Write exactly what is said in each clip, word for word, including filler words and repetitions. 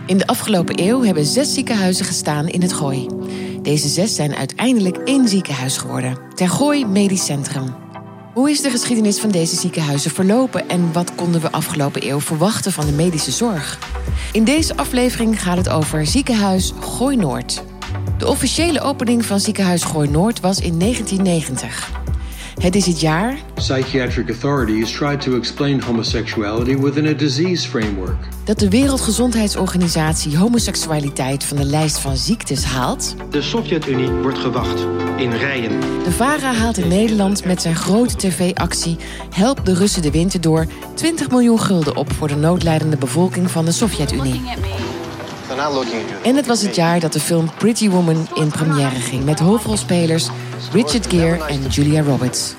In de afgelopen eeuw hebben zes ziekenhuizen gestaan in het Gooi. Deze zes zijn uiteindelijk één ziekenhuis geworden. Ter Gooi Medisch Centrum. Hoe is de geschiedenis van deze ziekenhuizen verlopen en wat konden we afgelopen eeuw verwachten van de medische zorg? In deze aflevering gaat het over Ziekenhuis Gooi Noord. De officiële opening van Ziekenhuis Gooi Noord was in negentien negentig. Het is het jaar... Psychiatric authorities tried to explain homosexuality within a disease framework. dat de Wereldgezondheidsorganisatie homoseksualiteit van de lijst van ziektes haalt. De Sovjet-Unie wordt gewacht in rijen. De VARA haalt in Nederland met zijn grote tv-actie Help de Russen de winter door twintig miljoen gulden op voor de noodlijdende bevolking van de Sovjet-Unie. En het was het jaar dat de film Pretty Woman in première ging met hoofdrolspelers Richard Gere en Julia Roberts.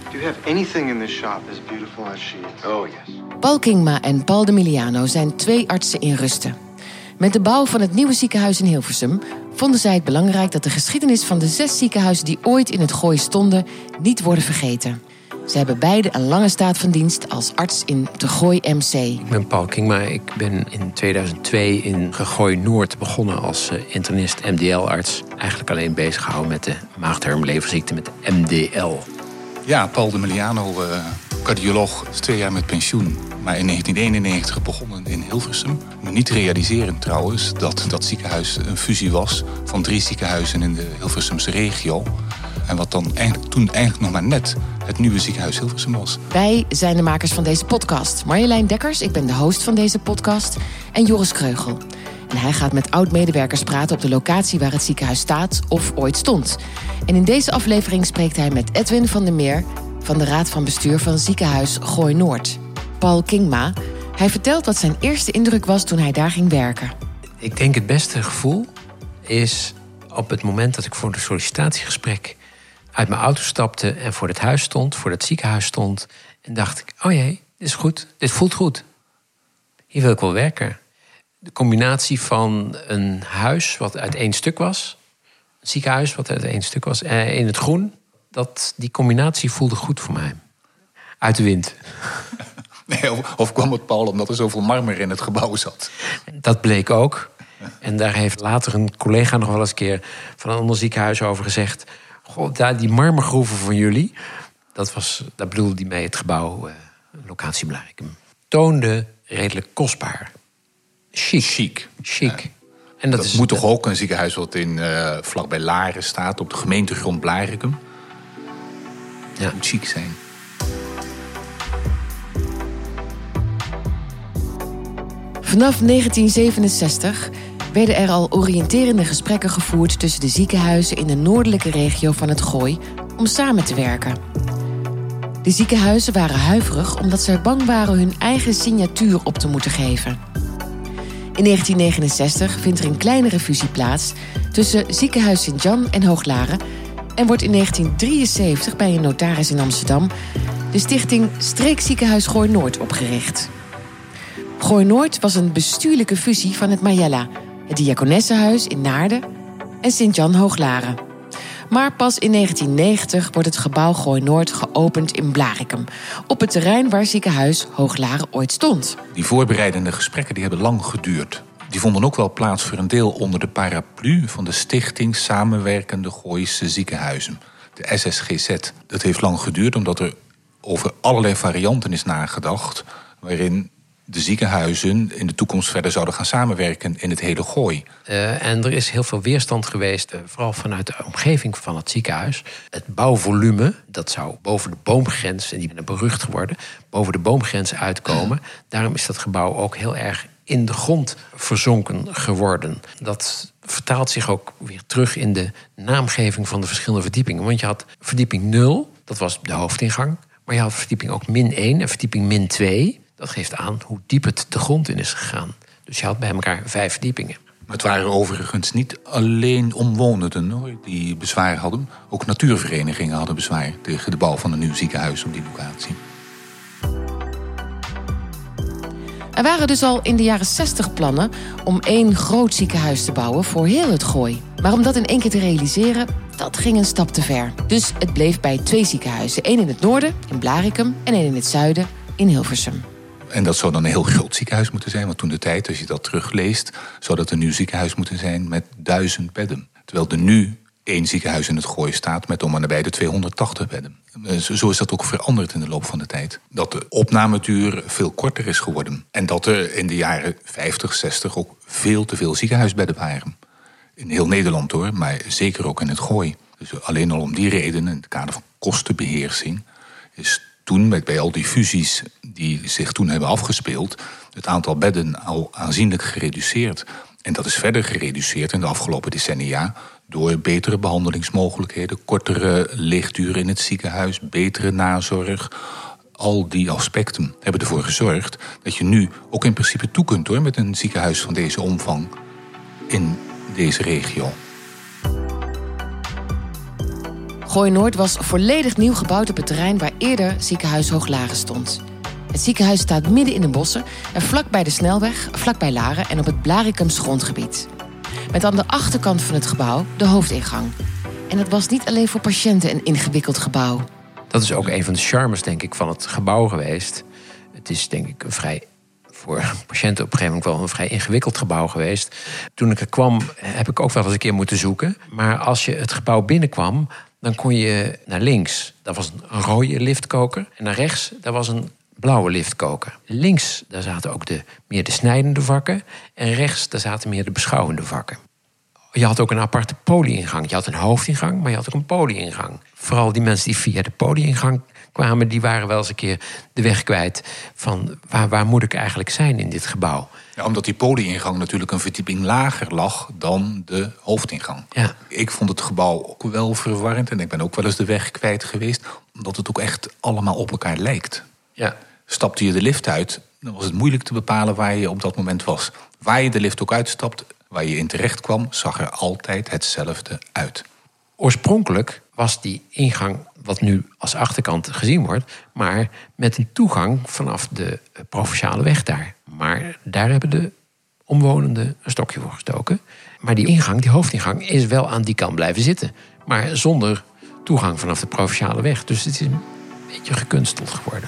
Paul Kingma en Paul de Miliano zijn twee artsen in rusten. Met de bouw van het nieuwe ziekenhuis in Hilversum vonden zij het belangrijk dat de geschiedenis van de zes ziekenhuizen die ooit in het Gooi stonden niet worden vergeten. Ze hebben beide een lange staat van dienst als arts in de Gooi M C. Ik ben Paul Kingma. Ik ben in tweeduizend twee in Gooi Noord begonnen als internist M D L-arts. Eigenlijk alleen bezig gehouden met de maag-darm-leverziekte met M D L. Ja, Paul de Miliano, uh, cardioloog, is twee jaar met pensioen. Maar in negentien eenennegentig begonnen in Hilversum. Niet realiserend trouwens dat dat ziekenhuis een fusie was van drie ziekenhuizen in de Hilversumse regio. En wat dan eigenlijk, toen eigenlijk nog maar net het nieuwe ziekenhuis Hilversum was. Wij zijn de makers van deze podcast. Marjolein Dekkers, ik ben de host van deze podcast. En Joris Kreugel. En hij gaat met oud-medewerkers praten op de locatie waar het ziekenhuis staat of ooit stond. En in deze aflevering spreekt hij met Edwin van der Meer van de Raad van Bestuur van Ziekenhuis Gooi Noord. Paul Kingma, hij vertelt wat zijn eerste indruk was toen hij daar ging werken. Ik denk het beste gevoel is op het moment dat ik voor een sollicitatiegesprek uit mijn auto stapte en voor het huis stond, voor het ziekenhuis stond. En dacht ik, oh jee, dit is goed, dit voelt goed. Hier wil ik wel werken. De combinatie van een huis wat uit één stuk was, een ziekenhuis wat uit één stuk was, en in het groen, dat, die combinatie voelde goed voor mij. Uit de wind. Nee, of, of kwam het, Paul, omdat er zoveel marmer in het gebouw zat? Dat bleek ook. En daar heeft later een collega nog wel eens een keer van een ander ziekenhuis over gezegd. Goh, daar die marmergroeven van jullie, dat was, daar bedoelde hij mee het gebouw, uh, locatie Blaricum. Toonde redelijk kostbaar. Chic. Chic. Chic. Ja. En dat, dat is, moet dat... toch ook een ziekenhuis wat in uh, vlakbij Laren staat, op de gemeentegrond Blaricum. Ja. Dat moet chic zijn. Vanaf negentien zevenenzestig werden er al oriënterende gesprekken gevoerd tussen de ziekenhuizen in de noordelijke regio van het Gooi om samen te werken. De ziekenhuizen waren huiverig omdat zij bang waren hun eigen signatuur op te moeten geven. In negentien negenenzestig vindt er een kleinere fusie plaats tussen Ziekenhuis Sint-Jan en Hooglaren en wordt in negentien drieënzeventig bij een notaris in Amsterdam de stichting Streekziekenhuis Gooi Noord opgericht. Gooi Noord was een bestuurlijke fusie van het Majella, het Diakonessenhuis in Naarden en Sint-Jan Hooglaren. Maar pas in negentien negentig wordt het gebouw Gooi Noord geopend in Blaricum, op het terrein waar ziekenhuis Hooglaren ooit stond. Die voorbereidende gesprekken die hebben lang geduurd. Die vonden ook wel plaats voor een deel onder de paraplu van de Stichting Samenwerkende Gooise Ziekenhuizen, de S S G Z. Dat heeft lang geduurd omdat er over allerlei varianten is nagedacht, waarin de ziekenhuizen in de toekomst verder zouden gaan samenwerken in het hele Gooi. Uh, en er is heel veel weerstand geweest, uh, vooral vanuit de omgeving van het ziekenhuis. Het bouwvolume, dat zou boven de boomgrens, en die zijn berucht geworden, boven de boomgrens uitkomen. Uh. Daarom is dat gebouw ook heel erg in de grond verzonken geworden. Dat vertaalt zich ook weer terug in de naamgeving van de verschillende verdiepingen. Want je had verdieping nul, dat was de hoofdingang. Maar je had verdieping ook min één en verdieping min twee. Dat geeft aan hoe diep het de grond in is gegaan. Dus je had bij elkaar vijf verdiepingen. Maar het waren overigens niet alleen omwonenden hoor, die bezwaar hadden. Ook natuurverenigingen hadden bezwaar tegen de bouw van een nieuw ziekenhuis op die locatie. Er waren dus al in de jaren zestig plannen om één groot ziekenhuis te bouwen voor heel het Gooi. Maar om dat in één keer te realiseren, dat ging een stap te ver. Dus het bleef bij twee ziekenhuizen. Eén in het noorden, in Blaricum, en één in het zuiden, in Hilversum. En dat zou dan een heel groot ziekenhuis moeten zijn. Want toen de tijd, als je dat terugleest, zou dat een nieuw ziekenhuis moeten zijn met duizend bedden. Terwijl er nu één ziekenhuis in het Gooi staat met om en nabij de tweehonderdtachtig bedden. Zo is dat ook veranderd in de loop van de tijd. Dat de opnameduur veel korter is geworden. En dat er in de jaren vijftig, zestig ook veel te veel ziekenhuisbedden waren. In heel Nederland hoor, maar zeker ook in het Gooi. Dus alleen al om die reden, in het kader van kostenbeheersing, is toen met bij al die fusies die zich toen hebben afgespeeld, het aantal bedden al aanzienlijk gereduceerd. En dat is verder gereduceerd in de afgelopen decennia door betere behandelingsmogelijkheden, kortere lichtduren in het ziekenhuis, betere nazorg. Al die aspecten hebben ervoor gezorgd dat je nu ook in principe toe kunt hoor, met een ziekenhuis van deze omvang in deze regio. Gooi-Noord was volledig nieuw gebouwd op het terrein waar eerder ziekenhuis Hooglaren stond. Het ziekenhuis staat midden in de bossen en vlak bij de snelweg, vlak bij Laren en op het Blaricums grondgebied. Met aan de achterkant van het gebouw de hoofdingang. En dat was niet alleen voor patiënten een ingewikkeld gebouw. Dat is ook een van de charmes, denk ik, van het gebouw geweest. Het is denk ik een vrij, voor patiënten op een gegeven moment wel een vrij ingewikkeld gebouw geweest. Toen ik er kwam, heb ik ook wel eens een keer moeten zoeken. Maar als je het gebouw binnenkwam, dan kon je naar links. Daar was een rode liftkoker. En naar rechts, daar was een blauwe liftkoker. Links, daar zaten ook de, meer de snijdende vakken. En rechts, daar zaten meer de beschouwende vakken. Je had ook een aparte poli-ingang. Je had een hoofdingang, maar je had ook een poli-ingang. Vooral die mensen die via de poli-ingang kwamen, die waren wel eens een keer de weg kwijt van waar, waar moet ik eigenlijk zijn in dit gebouw. Ja, omdat die poli-ingang natuurlijk een verdieping lager lag dan de hoofdingang. Ja. Ik vond het gebouw ook wel verwarrend en ik ben ook wel eens de weg kwijt geweest, omdat het ook echt allemaal op elkaar lijkt. Ja. Stapte je de lift uit, dan was het moeilijk te bepalen waar je op dat moment was. Waar je de lift ook uitstapt, waar je in terecht kwam, zag er altijd hetzelfde uit. Oorspronkelijk was die ingang, wat nu als achterkant gezien wordt, maar met een toegang vanaf de provinciale weg daar. Maar daar hebben de omwonenden een stokje voor gestoken. Maar die ingang, die hoofdingang, is wel aan die kant blijven zitten. Maar zonder toegang vanaf de provinciale weg. Dus het is een beetje gekunsteld geworden.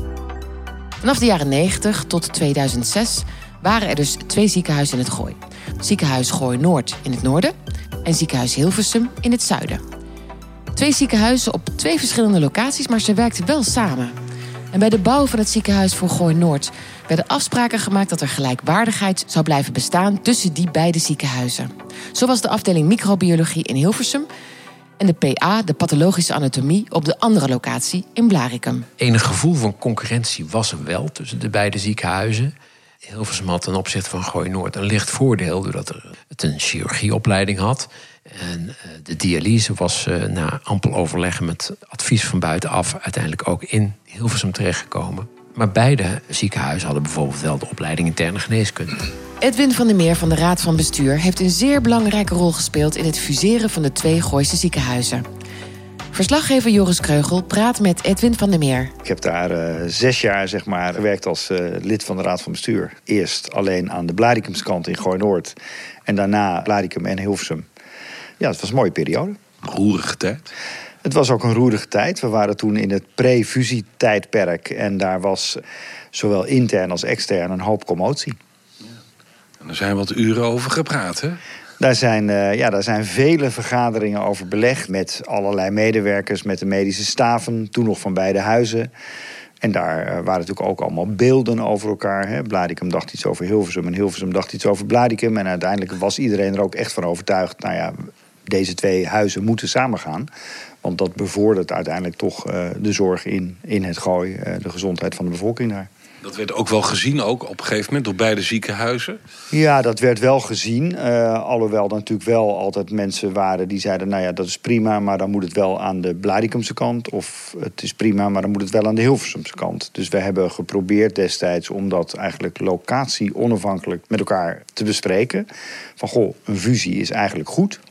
Vanaf de jaren negentig tot tweeduizend zes waren er dus twee ziekenhuizen in het Gooi. Ziekenhuis Gooi-Noord in het noorden en ziekenhuis Hilversum in het zuiden. Twee ziekenhuizen op twee verschillende locaties, maar ze werkten wel samen. En bij de bouw van het ziekenhuis voor Gooi-Noord werden afspraken gemaakt dat er gelijkwaardigheid zou blijven bestaan tussen die beide ziekenhuizen. Zo was de afdeling microbiologie in Hilversum en de P A, de pathologische anatomie, op de andere locatie in Blaricum. Enig gevoel van concurrentie was er wel tussen de beide ziekenhuizen. Hilversum had ten opzichte van Gooi-Noord een licht voordeel, doordat het een chirurgieopleiding had. En de dialyse was na ampel overleggen met advies van buitenaf uiteindelijk ook in Hilversum terechtgekomen. Maar beide ziekenhuizen hadden bijvoorbeeld wel de opleiding interne geneeskunde. Edwin van der Meer van de Raad van Bestuur heeft een zeer belangrijke rol gespeeld in het fuseren van de twee Gooise ziekenhuizen. Verslaggever Joris Kreugel praat met Edwin van der Meer. Ik heb daar uh, zes jaar zeg maar, gewerkt als uh, lid van de Raad van Bestuur. Eerst alleen aan de Blaricumskant in Gooi-Noord en daarna Blaricum en Hilversum. Ja, het was een mooie periode. Roerige tijd. Het was ook een roerige tijd. We waren toen in het pre-fusietijdperk en daar was zowel intern als extern een hoop commotie. Ja. En er zijn wat uren over gepraat, hè? Daar zijn, uh, ja, daar zijn vele vergaderingen over belegd met allerlei medewerkers, met de medische staven, toen nog van beide huizen. En daar uh, waren natuurlijk ook allemaal beelden over elkaar. Hè. Blaricum dacht iets over Hilversum en Hilversum dacht iets over Blaricum. En uiteindelijk was iedereen er ook echt van overtuigd, nou ja, deze twee huizen moeten samengaan. Want dat bevordert uiteindelijk toch uh, de zorg in, in het Gooi, uh, de gezondheid van de bevolking daar. Dat werd ook wel gezien, ook op een gegeven moment, door beide ziekenhuizen? Ja, dat werd wel gezien. Uh, alhoewel er natuurlijk wel altijd mensen waren die zeiden, nou ja, dat is prima, maar dan moet het wel aan de Blaricumse kant. Of het is prima, maar dan moet het wel aan de Hilversumse kant. Dus we hebben geprobeerd destijds om dat eigenlijk locatie onafhankelijk met elkaar te bespreken. Van goh, een fusie is eigenlijk goed.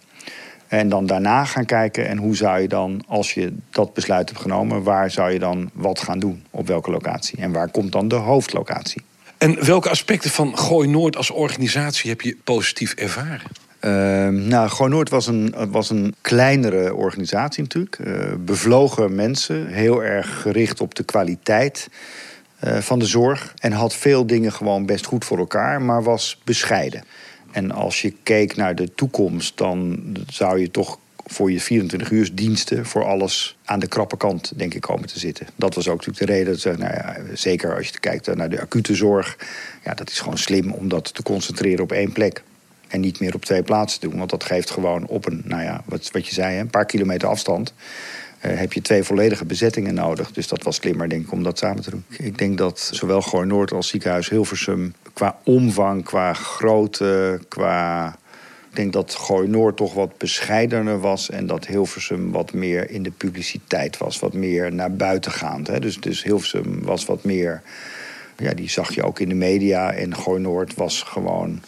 En dan daarna gaan kijken en hoe zou je dan, als je dat besluit hebt genomen, waar zou je dan wat gaan doen? Op welke locatie? En waar komt dan de hoofdlocatie? En welke aspecten van Gooi-Noord als organisatie heb je positief ervaren? Uh, nou, Gooi-Noord was een, was een kleinere organisatie natuurlijk. Uh, bevlogen mensen, heel erg gericht op de kwaliteit. uh, van de zorg. En had veel dingen gewoon best goed voor elkaar, maar was bescheiden. En als je keek naar de toekomst, dan zou je toch voor je vierentwintig uur diensten voor alles aan de krappe kant, denk ik, komen te zitten. Dat was ook natuurlijk de reden. Dat, nou ja, zeker als je kijkt naar de acute zorg. Ja, dat is gewoon slim om dat te concentreren op één plek. En niet meer op twee plaatsen te doen. Want dat geeft gewoon op een, nou ja, wat, wat je zei, een paar kilometer afstand. Uh, heb je twee volledige bezettingen nodig. Dus dat was slimmer, denk ik, om dat samen te doen. Ik denk dat zowel Gooi Noord als Ziekenhuis Hilversum qua omvang, qua grootte, qua... Ik denk dat Gooi Noord toch wat bescheidener was en dat Hilversum wat meer in de publiciteit was. Wat meer naar buiten gaand. Hè. Dus, dus Hilversum was wat meer... Ja, die zag je ook in de media. En Gooi Noord was gewoon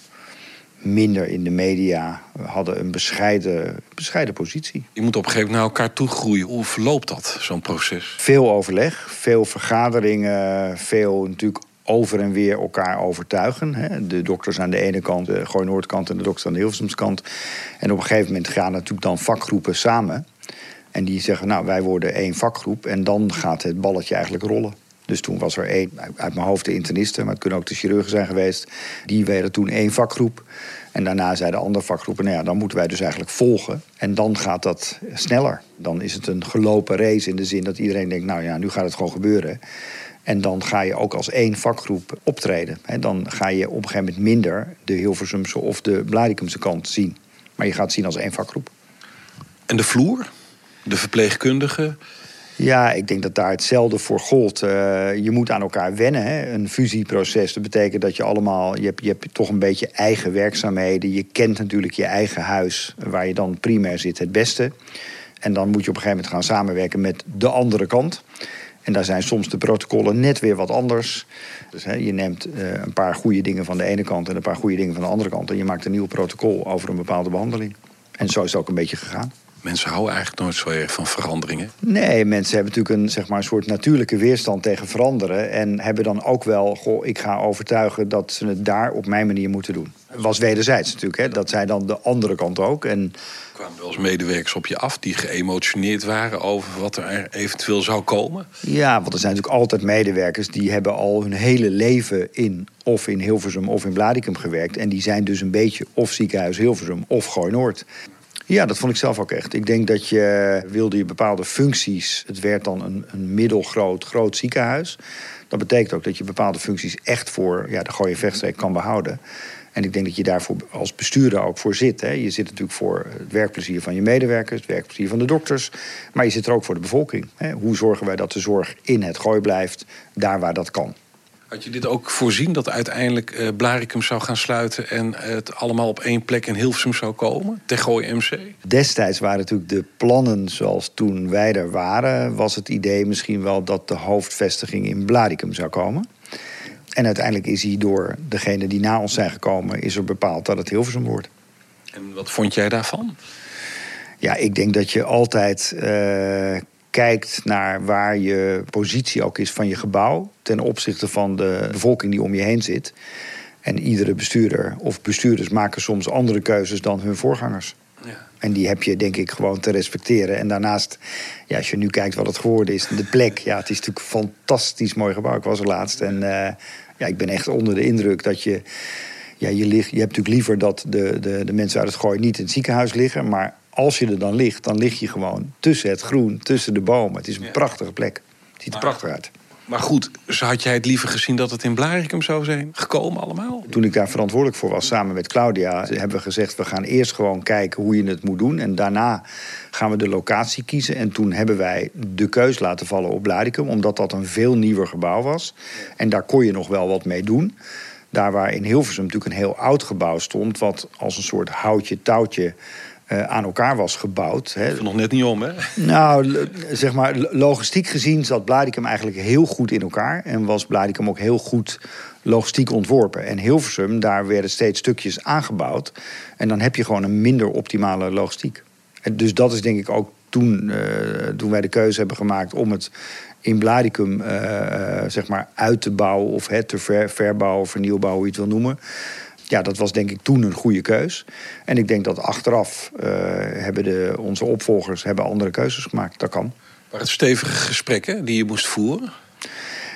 minder in de media. We hadden een bescheiden, bescheiden positie. Je moet op een gegeven moment naar elkaar toe groeien. Hoe verloopt dat, zo'n proces? Veel overleg, veel vergaderingen, veel natuurlijk over en weer elkaar overtuigen. Hè. De dokters aan de ene kant, de Gooi Noordkant en de dokters aan de Hilversumskant. En op een gegeven moment gaan natuurlijk dan vakgroepen samen. En die zeggen, nou, wij worden één vakgroep. En dan gaat het balletje eigenlijk rollen. Dus toen was er één, uit mijn hoofd de internisten, maar het kunnen ook de chirurgen zijn geweest. Die werden toen één vakgroep. En daarna zeiden andere vakgroepen, nou ja, dan moeten wij dus eigenlijk volgen. En dan gaat dat sneller. Dan is het een gelopen race in de zin dat iedereen denkt, nou ja, nu gaat het gewoon gebeuren. En dan ga je ook als één vakgroep optreden. He, dan ga je op een gegeven moment minder de Hilversumse of de Blaricumse kant zien. Maar je gaat het zien als één vakgroep. En de vloer? De verpleegkundigen? Ja, ik denk dat daar hetzelfde voor gold. Uh, je moet aan elkaar wennen. Hè. Een fusieproces, dat betekent dat je allemaal... Je hebt, je hebt toch een beetje eigen werkzaamheden. Je kent natuurlijk je eigen huis, waar je dan primair zit, het beste. En dan moet je op een gegeven moment gaan samenwerken met de andere kant. En daar zijn soms de protocollen net weer wat anders. Dus hè, je neemt uh, een paar goede dingen van de ene kant en een paar goede dingen van de andere kant. En je maakt een nieuw protocol over een bepaalde behandeling. En zo is het ook een beetje gegaan. Mensen houden eigenlijk nooit zo erg van veranderingen. Nee, mensen hebben natuurlijk een, zeg maar, een soort natuurlijke weerstand tegen veranderen. En hebben dan ook wel, goh, ik ga overtuigen dat ze het daar op mijn manier moeten doen. Het was wederzijds natuurlijk, hè. Dat zei dan de andere kant ook. En kwamen er wel eens medewerkers op je af die geëmotioneerd waren over wat er eventueel zou komen? Ja, want er zijn natuurlijk altijd medewerkers die hebben al hun hele leven in of in Hilversum of in Blaricum gewerkt. En die zijn dus een beetje of Ziekenhuis Hilversum of Gooi Noord. Ja, dat vond ik zelf ook echt. Ik denk dat je wilde je bepaalde functies. Het werd dan een, een middelgroot groot ziekenhuis. Dat betekent ook dat je bepaalde functies echt voor ja, de Gooi- en Vechtstreek kan behouden. En ik denk dat je daarvoor als bestuurder ook voor zit. Hè. Je zit natuurlijk voor het werkplezier van je medewerkers, het werkplezier van de dokters. Maar je zit er ook voor de bevolking. Hè. Hoe zorgen wij dat de zorg in het Gooi blijft, daar waar dat kan? Had je dit ook voorzien, dat uiteindelijk uh, Blaricum zou gaan sluiten en het allemaal op één plek in Hilversum zou komen, ter Gooi M C? Destijds waren natuurlijk de plannen zoals toen wij er waren, was het idee misschien wel dat de hoofdvestiging in Blaricum zou komen. En uiteindelijk is hij door degenen die na ons zijn gekomen, is er bepaald dat het Hilversum wordt. En wat vond jij daarvan? Ja, ik denk dat je altijd uh, kijkt naar waar je positie ook is van je gebouw ten opzichte van de bevolking die om je heen zit. En iedere bestuurder of bestuurders maken soms andere keuzes dan hun voorgangers. Ja. En die heb je denk ik gewoon te respecteren. En daarnaast, ja, als je nu kijkt wat het geworden is, de plek. Ja, het is natuurlijk een fantastisch mooi gebouw. Ik was er laatst en uh, ja, ik ben echt onder de indruk dat je... Ja, je, ligt, je hebt natuurlijk liever dat de, de, de mensen uit het Gooi niet in het ziekenhuis liggen. Maar als je er dan ligt, dan lig je gewoon tussen het groen, tussen de bomen. Het is een ja. prachtige plek. Het ziet er prachtig uit. Maar goed, had jij het liever gezien dat het in Blaricum zou zijn gekomen allemaal? Toen ik daar verantwoordelijk voor was, samen met Claudia, hebben we gezegd, we gaan eerst gewoon kijken hoe je het moet doen. En daarna gaan we de locatie kiezen. En toen hebben wij de keus laten vallen op Blaricum, omdat dat een veel nieuwer gebouw was. En daar kon je nog wel wat mee doen. Daar waar in Hilversum natuurlijk een heel oud gebouw stond, wat als een soort houtje touwtje Uh, aan elkaar was gebouwd. Hè. Nog net niet om, hè? Nou, zeg maar, logistiek gezien zat Blaricum eigenlijk heel goed in elkaar. En was Blaricum ook heel goed logistiek ontworpen. En Hilversum, daar werden steeds stukjes aangebouwd. En dan heb je gewoon een minder optimale logistiek. En dus dat is denk ik ook toen, uh, toen wij de keuze hebben gemaakt om het in Blaricum uh, uh, zeg maar uit te bouwen of hè, te ver, verbouwen, vernieuwbouwen, hoe je het wil noemen. Ja, dat was denk ik toen een goede keus. En ik denk dat achteraf uh, hebben de, onze opvolgers hebben andere keuzes gemaakt. Dat kan. Waren het stevige gesprekken die je moest voeren?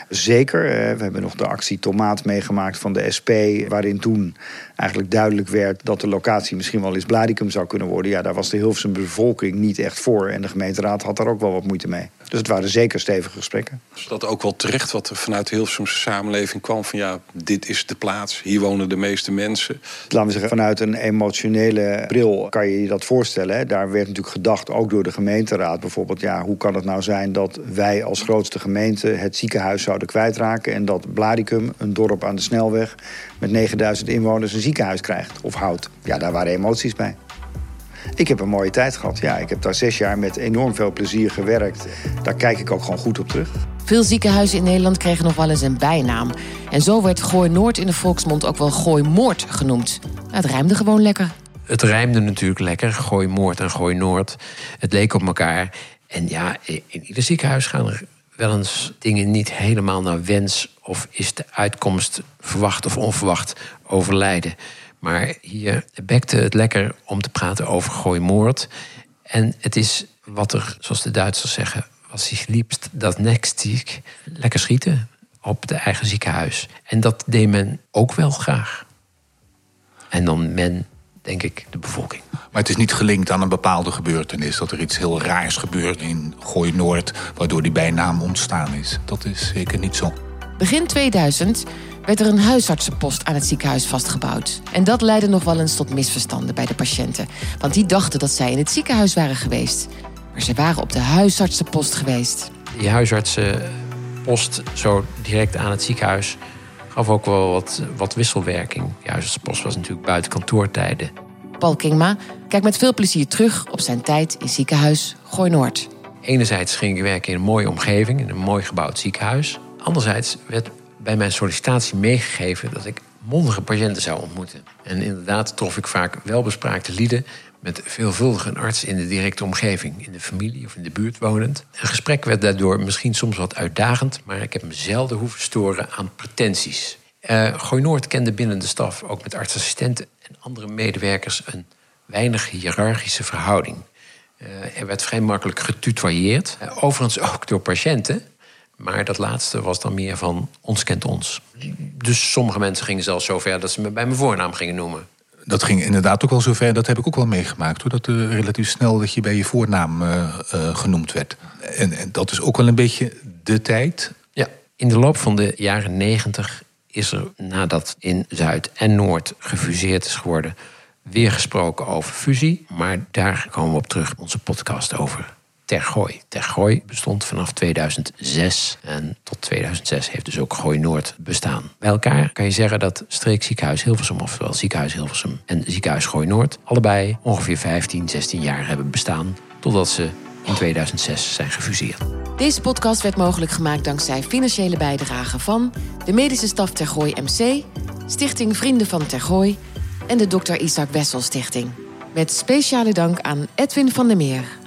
Zeker. We hebben nog de actie Tomaat meegemaakt van de S P... waarin toen eigenlijk duidelijk werd dat de locatie misschien wel eens Blaricum zou kunnen worden. Ja, daar was de Hilversum bevolking niet echt voor. En de gemeenteraad had daar ook wel wat moeite mee. Dus het waren zeker stevige gesprekken. Is dat ook wel terecht wat er vanuit de Hilversumse samenleving kwam? Van ja, dit is de plaats, hier wonen de meeste mensen. Laten we zeggen, vanuit een emotionele bril kan je je dat voorstellen. Hè? Daar werd natuurlijk gedacht, ook door de gemeenteraad bijvoorbeeld... ja, hoe kan het nou zijn dat wij als grootste gemeente het ziekenhuis zouden kwijtraken... en dat Blaricum, een dorp aan de snelweg met negenduizend inwoners... een ziekenhuis krijgt of houdt. Ja, daar waren emoties bij. Ik heb een mooie tijd gehad. Ja, ik heb daar zes jaar met enorm veel plezier gewerkt. Daar kijk ik ook gewoon goed op terug. Veel ziekenhuizen in Nederland kregen nog wel eens een bijnaam. En zo werd Gooi Noord in de volksmond ook wel Gooi Moord genoemd. Nou, het rijmde gewoon lekker. Het rijmde natuurlijk lekker, Gooi Moord en Gooi Noord. Het leek op elkaar. En ja, in ieder ziekenhuis gaan er wel eens dingen niet helemaal naar wens... of is de uitkomst verwacht of onverwacht overlijden. Maar hier bekte het lekker om te praten over Gooi Moord. En het is wat er, zoals de Duitsers zeggen... was zich liefst dat nekstiek, lekker schieten op de eigen ziekenhuis. En dat deed men ook wel graag. En dan men, denk ik, de bevolking. Maar het is niet gelinkt aan een bepaalde gebeurtenis... dat er iets heel raars gebeurt in Gooi Noord... waardoor die bijnaam ontstaan is. Dat is zeker niet zo. Begin tweeduizend werd er een huisartsenpost aan het ziekenhuis vastgebouwd. En dat leidde nog wel eens tot misverstanden bij de patiënten. Want die dachten dat zij in het ziekenhuis waren geweest. Maar ze waren op de huisartsenpost geweest. Die huisartsenpost zo direct aan het ziekenhuis... gaf ook wel wat, wat wisselwerking. Die huisartsenpost was natuurlijk buiten kantoortijden. Paul Kingma kijkt met veel plezier terug op zijn tijd in ziekenhuis Gooi Noord. Enerzijds ging ik werken in een mooie omgeving, in een mooi gebouwd ziekenhuis. Anderzijds werd bij mijn sollicitatie meegegeven dat ik mondige patiënten zou ontmoeten. En inderdaad trof ik vaak welbespraakte lieden met veelvuldig een arts in de directe omgeving, in de familie of in de buurt wonend. Een gesprek werd daardoor misschien soms wat uitdagend, maar ik heb me zelden hoeven storen aan pretenties. Uh, Gooi Noord kende binnen de staf, ook met artsassistenten en andere medewerkers, een weinig hiërarchische verhouding. Uh, er werd vrij makkelijk getutoieerd, uh, overigens ook door patiënten. Maar dat laatste was dan meer van ons kent ons. Dus sommige mensen gingen zelfs zover dat ze me bij mijn voornaam gingen noemen. Dat ging inderdaad ook wel zover, dat heb ik ook wel meegemaakt. Hoor. Dat uh, relatief snel dat je bij je voornaam uh, uh, genoemd werd. En, en dat is ook wel een beetje de tijd. Ja, in de loop van de jaren negentig is er, nadat in Zuid en Noord gefuseerd is geworden, weer gesproken over fusie. Maar daar komen we op terug in onze podcast over Tergooi. Tergooi bestond vanaf tweeduizend zes en tot tweeduizend zes heeft dus ook Gooi Noord bestaan. Bij elkaar kan je zeggen dat streekziekenhuis Hilversum, oftewel ziekenhuis Hilversum en ziekenhuis Gooi Noord, allebei ongeveer vijftien, zestien jaar hebben bestaan, totdat ze in tweeduizend zes zijn gefuseerd. Deze podcast werd mogelijk gemaakt dankzij financiële bijdragen van de medische staf Tergooi M C, Stichting Vrienden van Tergooi en de dokter Isaac Wessel Stichting. Met speciale dank aan Edwin van der Meer.